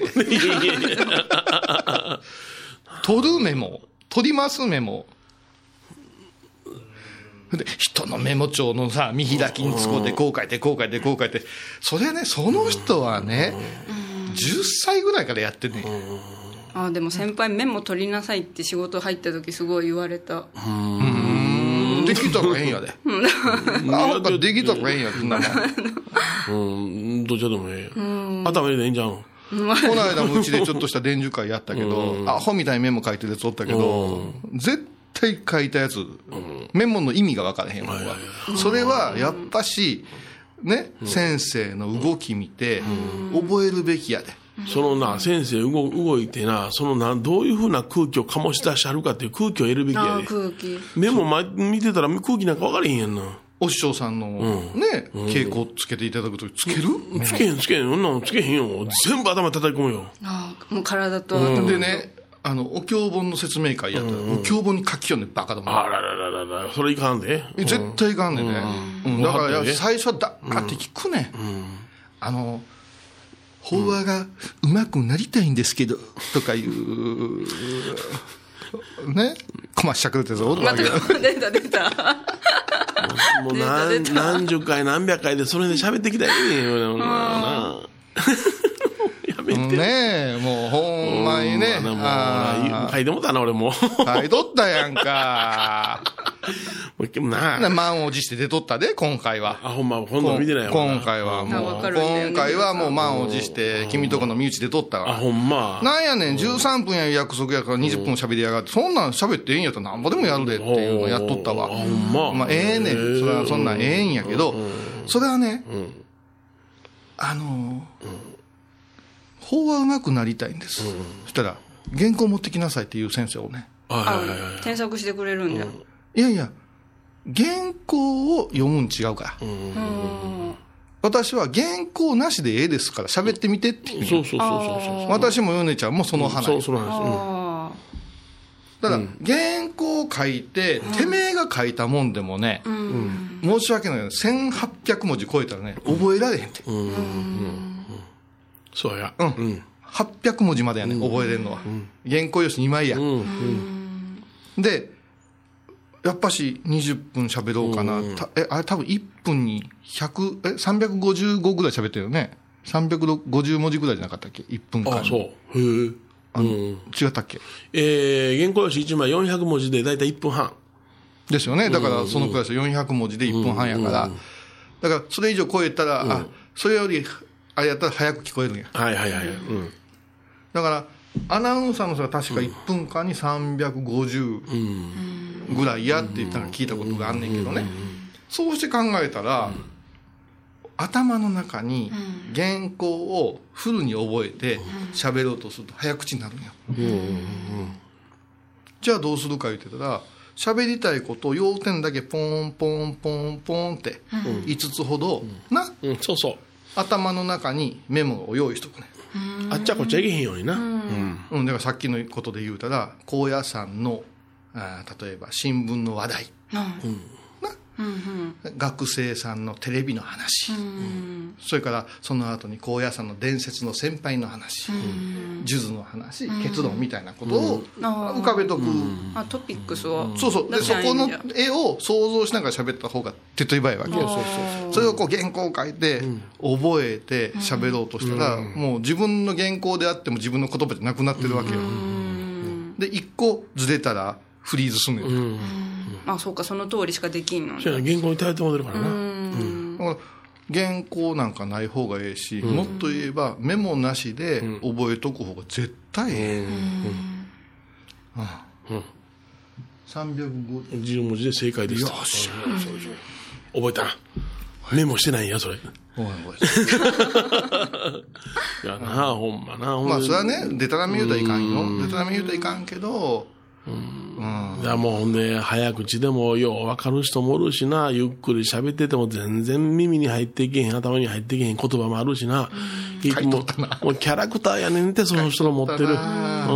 取るメモ。取りますメモ。で人のメモ帳のさ見開きにつこうてこう書いてこう書いてこう書いて、それはねその人はね10歳ぐらいからやってね。 でも先輩メモ取りなさいって仕事入った時すごい言われた。 できたらええんやで。できたらええんやそんなもん。 どっちでもええ。頭入れてええんじゃん。 この間もうちでちょっとした伝授会やったけど、アホみたいにメモ書いてるやつおったけど、絶対書いたやつ、メモの意味が分からへんわ。それはやっぱしね、先生の動き見て覚えるべきやで。 そのな先生動いてな、そのどういうふうな空気を醸し出しはるかっていう空気を得るべきやで。 空気メモ見てたら空気なんか分からへんやんな。 お師匠さんのね、稽古つけていただくときつける？ つけへんそんなのつけへんよ。全部頭叩き込むよ。 もう体と頭でね、お経本の説明会やったら、お経本に書きよんねんバカども。 あららららら、それいかんで。 絶対いかんねんね。だから最初はだって聞くねん。法話がうまくなりたいんですけどとかいうね、こましゃくれてるぞ。 出たもう何十回何百回でそれで喋ってきたらいいねん。やめてねえ、もうほんまにね。 書いてもたな俺も。 書いとったやんか。満を持して出とったで今回は。 ほんま今度見てないわ。 今回はもう満を持して君とこの身内出とったわ。 ほんまなんやねん13分や約束やから20分喋りやがって、そんなん喋ってええんやったらなんぼでもやるでっていうのやっとったわ。 ほんままあええねん、それはそんなんええんやけど、それはね法はうまくなりたいんです。そしたら原稿持ってきなさいっていう先生をね。 添削してくれるんだ。 いやいや、原稿を読むん違うから。私は原稿なしでええですから喋ってみてっていう。 そう。 私も米ちゃんもその話。 そうなんです。 ただ、原稿を書いて、てめえが書いたもんでもね、申し訳ないけど1800文字超えたらね、覚えられへんって。 そうや。 800文字までやね、覚えれるのは。原稿用紙2枚や。で、やっぱし20分喋ろうかな。あれ多分1分に355ぐらい喋ってるよね。350文字ぐらいじゃなかったっけ ?1 分間。 そう。へえ。 違ったっけ？ 原稿用紙1枚400文字でだいたい1分半。 ですよね。だからそのくらいですよ。400文字で1分半やから。だからそれ以上超えたら、それより、あれやったら早く聞こえるんや。だから、アナウンサーの人が確か1分間に350ぐらいやって言ったら聞いたことがあんねんけどね。そうして考えたら、頭の中に原稿をフルに覚えて喋ろうとすると早口になるんよ。じゃあどうするか言ってたら、喋りたいことを要点だけポンポンポンポンって5つほど頭の中にメモを用意しとくね。 あっちゃこっちゃいけへんようにな。 だからさっきのことで言うたら高野山の例えば新聞の話題、 学生さんのテレビの話、それからその後に高野山の伝説の先輩の話、数珠の話、結論みたいなことを浮かべとく、 トピックスをそうそうでそこの絵を想像しながら喋った方が手っ取り早いわけよ。それをこう原稿を書いて覚えて喋ろうとしたら、もう自分の原稿であっても自分の言葉じゃなくなってるわけよ。で一個ずれたらフリーズすんのよ。 そうか、その通りしかできんのね。 原稿に頼ってもらえるからな。 だから原稿なんかない方がええし、もっと言えばメモなしで覚えとく方が絶対ええ。 350文字で正解でした。よし、覚えたな。メモしてないんやそれ。いやな、ほんまな。 まあそれはね、デタラメ言うたらいかんよ。デタラメ言うたらいかんけど、 いやもうほんで早口でもよう分かる人もおるしな、ゆっくり喋ってても全然耳に入っていけへん、頭に入っていけへん言葉もあるしな。もうキャラクターやねんって、その人の持ってる。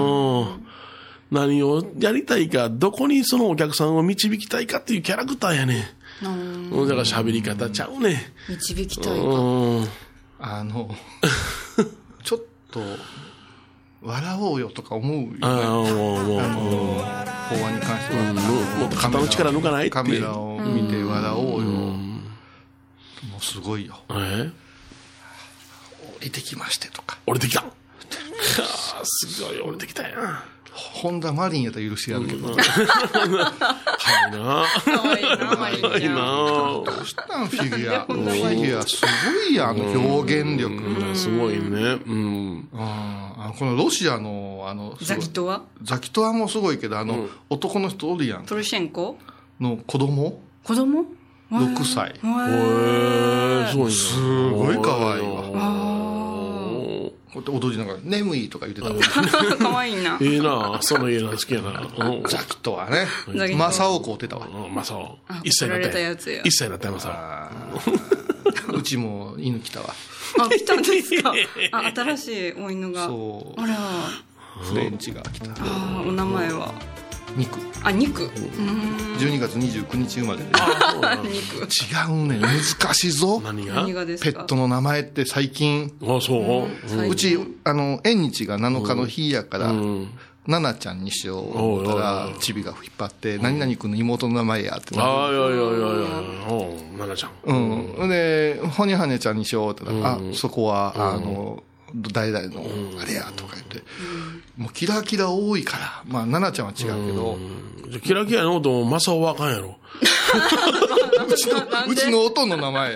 何をやりたいか、どこにそのお客さんを導きたいかっていうキャラクターやねん。だから喋り方ちゃうね。 導きたいか。 ちょっと笑おうよとか思うよね。法案に関してはもっと肩の力抜かないってカメラを見て笑おうよ。もうすごいよ。降りてきましてとか。 降りてきた。すごい降りてきたやん。 本田マリンやったら許してやるけど。 はいな。 はいな。 どうしたんフィギュア。フィギュアすごいやん、表現力。 すごいね。 このロシアのザキトワもすごいけど、男の人おるやん。 トルシェンコの子供 ?6 歳。すごい可愛いわ。こうやって踊りながら眠いとか言ってたもん。 かわいいな。 いいな、その家な好きやな。 ザキとはね、マサオ買うてたわ。 マサオ。1歳になったやつや。1歳になったやマサオ。うちも犬来たわ。 来たんですか。新しいお犬が。 そう。 あら。 フレンチが来た。 お名前は肉。 肉。 12月29日生まれで。 肉。 違うね、難しいぞ。 何がですか。 ペットの名前って最近。うち、縁日が7日の日やから、ナナちゃんにしよう思ったら、チビが引っ張って、何々君の妹の名前やってな。 ナナちゃん。 で、ホニャハネちゃんにしようって言ったら、そこは、代々のあれやとか言って、もうキラキラ多いから、まあナナちゃんは違うけど、 キラキラのこともマサオはあかんやろ。 うちの音の名前。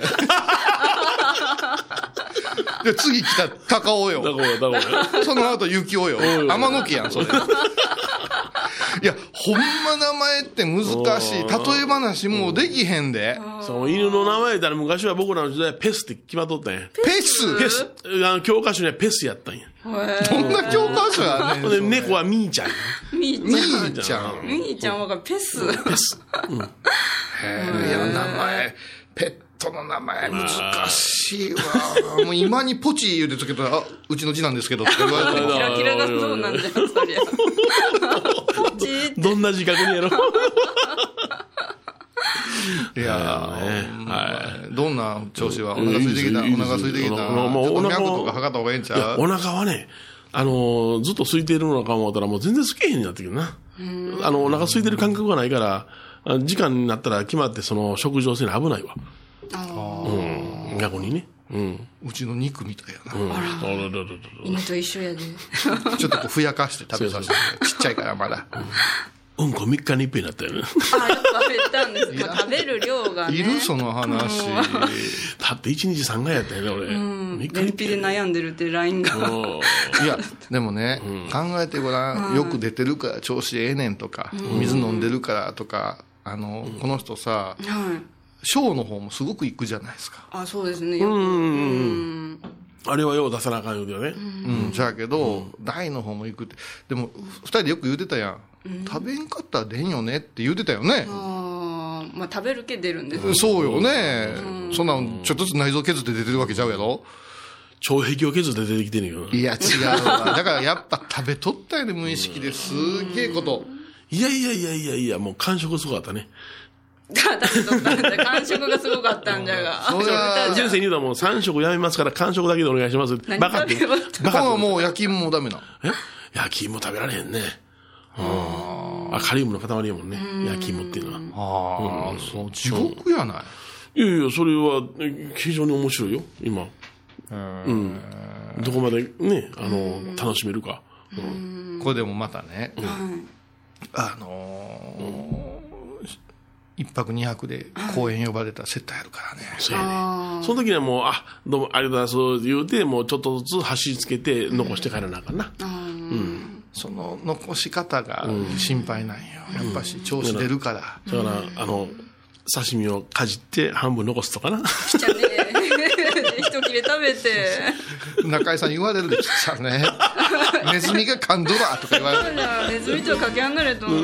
で次来た高尾よ。その後雪男よ。天野家やんそれ。いやほんま名前って難しい。例え話もうできへんで。 そう犬の名前だら昔は僕らの時代ペスって決まっとったんや。 ペス教科書にはペスやったんや。 どんな教科書やねん。 猫はミーちゃん。 ミーちゃん。 ミーちゃんはペス。 いや名前ペットの名前難しいわ。もう今にポチ言うてたけど、うちの字なんですけどって言われたら。 キラキラがそうなんじゃん、そりゃ。ポチって。 どんな字書くんやろ。 いやどんな調子はお腹空いてきた。お腹空いてきた。お腹とか測った方がええんちゃう？ お腹はね、ずっと空いてるのか思ったらもう全然空けへんになってくるな。お腹空いてる感覚がないから、時間になったら決まってその食事をせな危ないわ。逆にね。 うちの肉みたいやな。 犬と一緒やで。 ちょっとこうふやかして食べさせて。ちっちゃいからまだ。 うんこ3日に一遍になったよね。 やっぱ減ったんです。食べる量がね。 いるその話。 だって1日3回やったよね、俺。 便秘で悩んでるって LINE が。 いや、でもね、考えてごらん。よく出てるから調子ええねんとか、水飲んでるからとか、この人さ、ショーの方もすごく行くじゃないですか。 そうですね。 あれはよう出さなあかんようだよね。 じゃあけど、大の方も行くって。でも、2人でよく言うてたやん。食べんかったら出んよねって言うてたよね。 まあ食べるけ出るんです。 そうよね。そんなんちょっとずつ内臓削って出てるわけちゃうやろ。 腸壁を削って出てきてんねんよ。 いや違うわ。だからやっぱ食べとったよね、無意識ですげえこと。 いや、もう感触すごかったね。 食べとったんじゃ、完食がすごかったんじゃが。 それは先生に言うのはもう3食やめますから完食だけでお願いします。バカって。バカはもう焼き芋もダメな。 焼き芋食べられへんね。カリウムの塊やもんね。焼き芋っていうのは。 そう、地獄やない。 いやいや、それは非常に面白いよ、今。どこまでね、楽しめるか。 これでもまたね、一泊二泊で公園呼ばれたら接待あるからね。 そうやね。その時にはもう、どうもありがとうございます言うて、もうちょっとずつ走りつけて残して帰らなあかんな。 その残し方が心配なんよ。やっぱし調子出るから。 だから、刺身をかじって半分残すとかな。 きちゃね。一切れ食べて。 中井さんに言われるで、きちゃね。ネズミが噛んどらとか言われる。 ネズミとかけ離れと。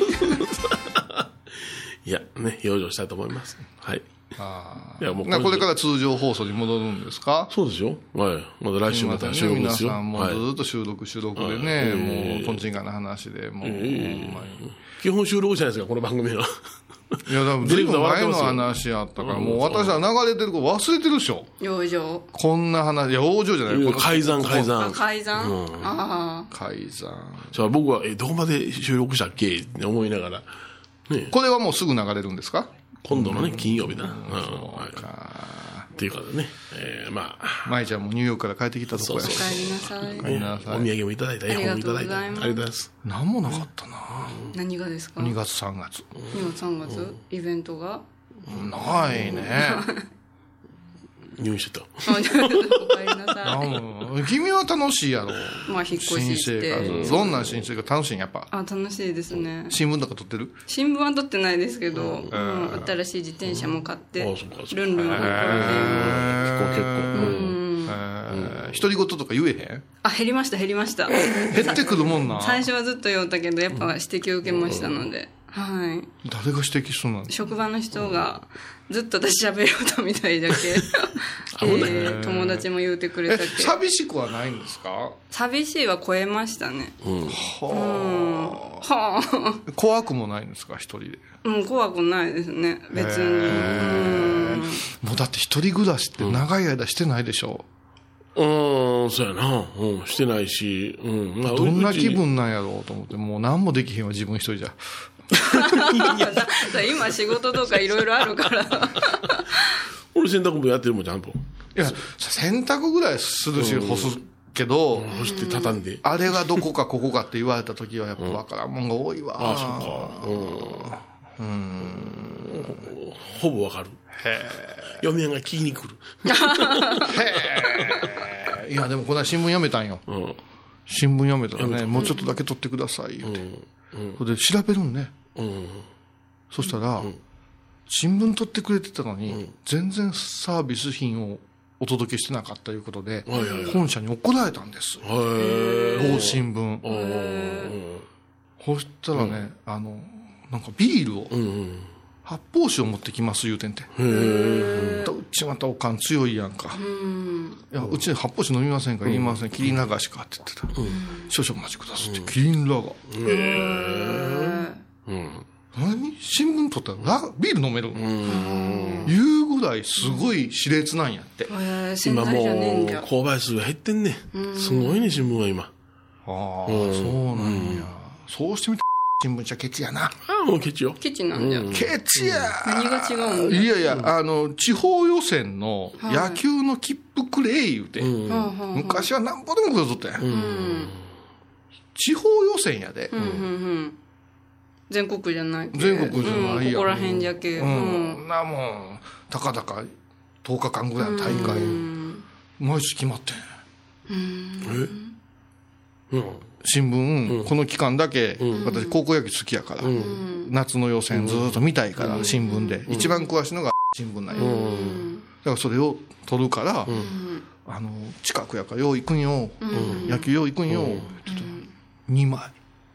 いや、ね、養生したいと思います。はい。 いやもうこれから通常放送に戻るんですか？ そうですよ。はい。まだ来週また収録ですよ。 皆さんもずっと収録でね、もうトンチンカンの話で、もう、 基本収録じゃないですか、この番組は。 いや、多分ずいぶん前の話やったから、もう私は流れてること忘れてるでしょ。 養生。 こんな話、いや、往生じゃない。 改ざん。 改ざん。 改ざん。 じゃあ僕は、どこまで収録したっけって思いながら。 これはもうすぐ流れるんですか？ 今度のね、金曜日な。っていうかね、まあ。 舞ちゃんもニューヨークから帰ってきたとこや。 お帰りなさい。 お土産もいただいた、絵本もいただいた。ありがとうございます。 何もなかったな。 何がですか ？2月3月。 2月3月イベントがないね。 入院してた。 お帰りなさい。君は楽しいやろ。 まあ引っ越しして。 新生活。どんな新生活楽しいんやっぱ。 楽しいですね。 新聞とか撮ってる？ 新聞は撮ってないですけど、新しい自転車も買って、ルンルンを。 結構。 独り言とか言えへん？ 減りました。 減ってくるもんな。 最初はずっと言おったけど、やっぱ指摘を受けましたので。はい。 誰が指摘するの？ 職場の人がずっと私喋ろうとみたいだけ友達も言うてくれたけど。 寂しくはないんですか？ 寂しいは超えましたね。 はあ。怖くもないんですか、一人で？ 怖くないですね、別に。 もうだって一人暮らしって長い間してないでしょ？ そうやな。してないし。 どんな気分なんやろうと思って、もう何もできへんわ、自分一人じゃ。 今仕事とかいろいろあるから俺洗濯もやってるもんちゃんと。いや洗濯ぐらいするし干すけど、 干して畳んであれがどこかここかって言われた時はやっぱ分からんもんが多いわ。 そうか。ほぼ分かる。嫁が聞きに来る。 いやでもこの間新聞やめたんよ。新聞やめたらね、もうちょっとだけ取ってください言うて、それで調べるんね。そしたら、新聞取ってくれてたのに、全然サービス品をお届けしてなかったということで、本社に怒られたんです。某新聞。そしたらね、なんかビールを、発泡酒を持ってきます言うてんて。うちまたおかん強いやんか。いや、うち発泡酒飲みませんか言いません。キリン流しかって言ってた。少々お待ちくださいって。キリンラガー。何？新聞取ったらビール飲めるの？いうぐらいすごい熾烈なんやって。 今もう購買数が減ってんね。すごいね、新聞は今。 そうなんや。そうしてみたら新聞社ケチやな。 もうケチよ。 ケチなんだよ。 ケチや。 何が違うんだ？ いやいや、地方予選の野球の切符くれ言うて。昔はなんぼでもくれとったやん。地方予選やで。 全国じゃない。 全国じゃないやん。 ここら辺じゃけ。 なもん、たかだか10日間ぐらいの大会。毎日決まってん。新聞、この期間だけ、私高校野球好きやから、夏の予選ずっと見たいから、新聞で。一番詳しいのが新聞なんや。だからそれを取るから、近くやからよう行くんよ、野球よう行くんよ、2枚。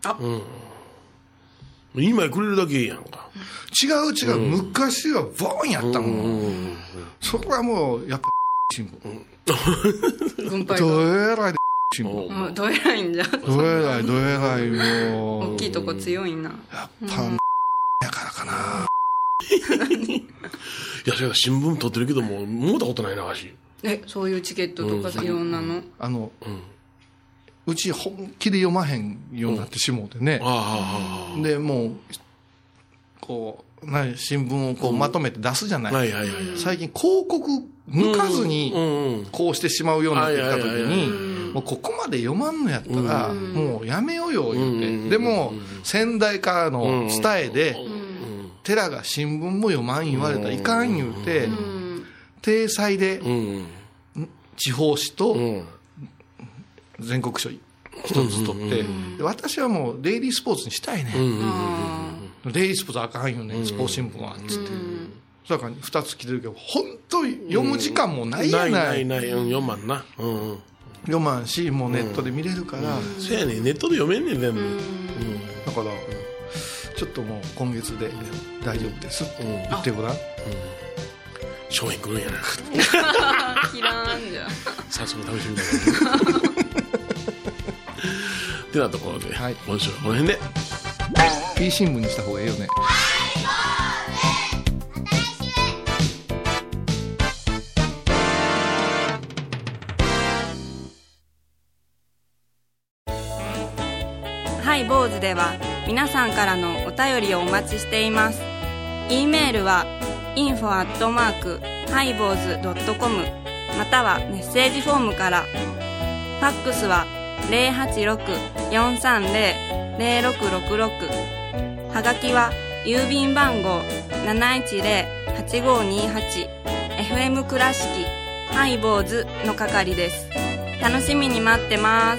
2枚くれるだけやんか。 違う、昔はボーンやったもん。そこはもう、やっぱ新聞。 軍配どえらい新聞。 どえらいんじゃ。 どえらい、もう。 大きいとこ強いな。 やっぱ、やからかな。 いや、新聞撮ってるけども、思ったことないな、私。 そういうチケットとかいろんなの。 うち本気で読まへんようになってしもうてね。で、もう、こう、新聞をこうまとめて出すじゃない。最近広告抜かずに、こうしてしまうようになってきたときに、もうここまで読まんのやったら、もうやめようよ、言うて。でも、先代からの伝えで、寺が新聞も読まん言われたらいかん言うて、体裁で、地方紙と全国紙一つ取って、私はもうデイリースポーツにしたいね。デイリースポーツあかんよね、スポーツ新聞は、つって。だから2つ来てるけど、本当に読む時間もないやない。 読まんな。 読まんし、もうネットで見れるから。 そうやね、ネットで読めんねん、全部。 だから、ちょっともう今月で大丈夫ですって言ってごらん。 商品来るんやな。 キラーンじゃん。 早速試してみたいな。ってなところで、今週はこの辺で。 P 新聞にした方がいいよね。 ハイボーズでは皆さんからのお便りをお待ちしています。 E メールは info@highboz.com またはメッセージフォームから。ファックスは 086-430-0666 はがきは郵便番号 710-8528 FM 倉敷ハイボーズの係です。楽しみに待ってます。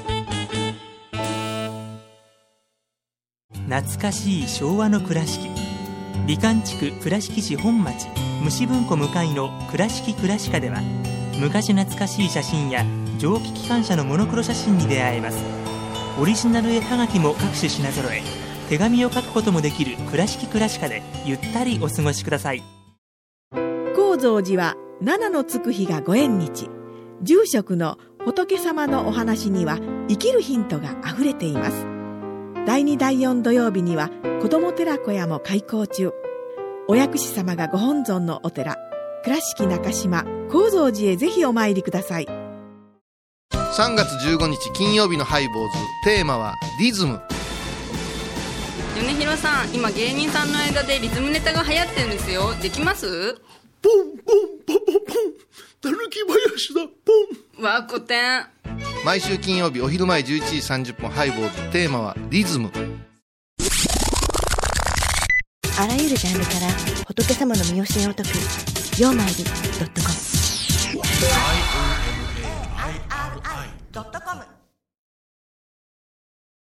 懐かしい昭和の倉敷、美観地区倉敷市本町虫文庫向かいの倉敷倉歯科では、昔懐かしい写真や蒸気機関車のモノクロ写真に出会えます。オリジナル絵はがきも各種品揃え、手紙を書くこともできる倉敷倉歯科でゆったりお過ごしください。 高蔵寺は七のつく日がご縁日。住職の仏様のお話には生きるヒントがあふれています。第2第4土曜日には子ども寺小屋も開校中。お薬師様がご本尊のお寺、倉敷中島・高蔵寺へぜひお参りください。 3月15日金曜日のハイボーズ、テーマはリズム。 米広さん、今芸人さんの間でリズムネタが流行ってるんですよ。できます？ ポンポンポンポンポン、たぬき林だ、ポン。 わー、古典。 毎週金曜日お昼前11時30分ハイボーズ、テーマはリズム。 あらゆるジャンルから仏様の身教えを解く曜マイル.com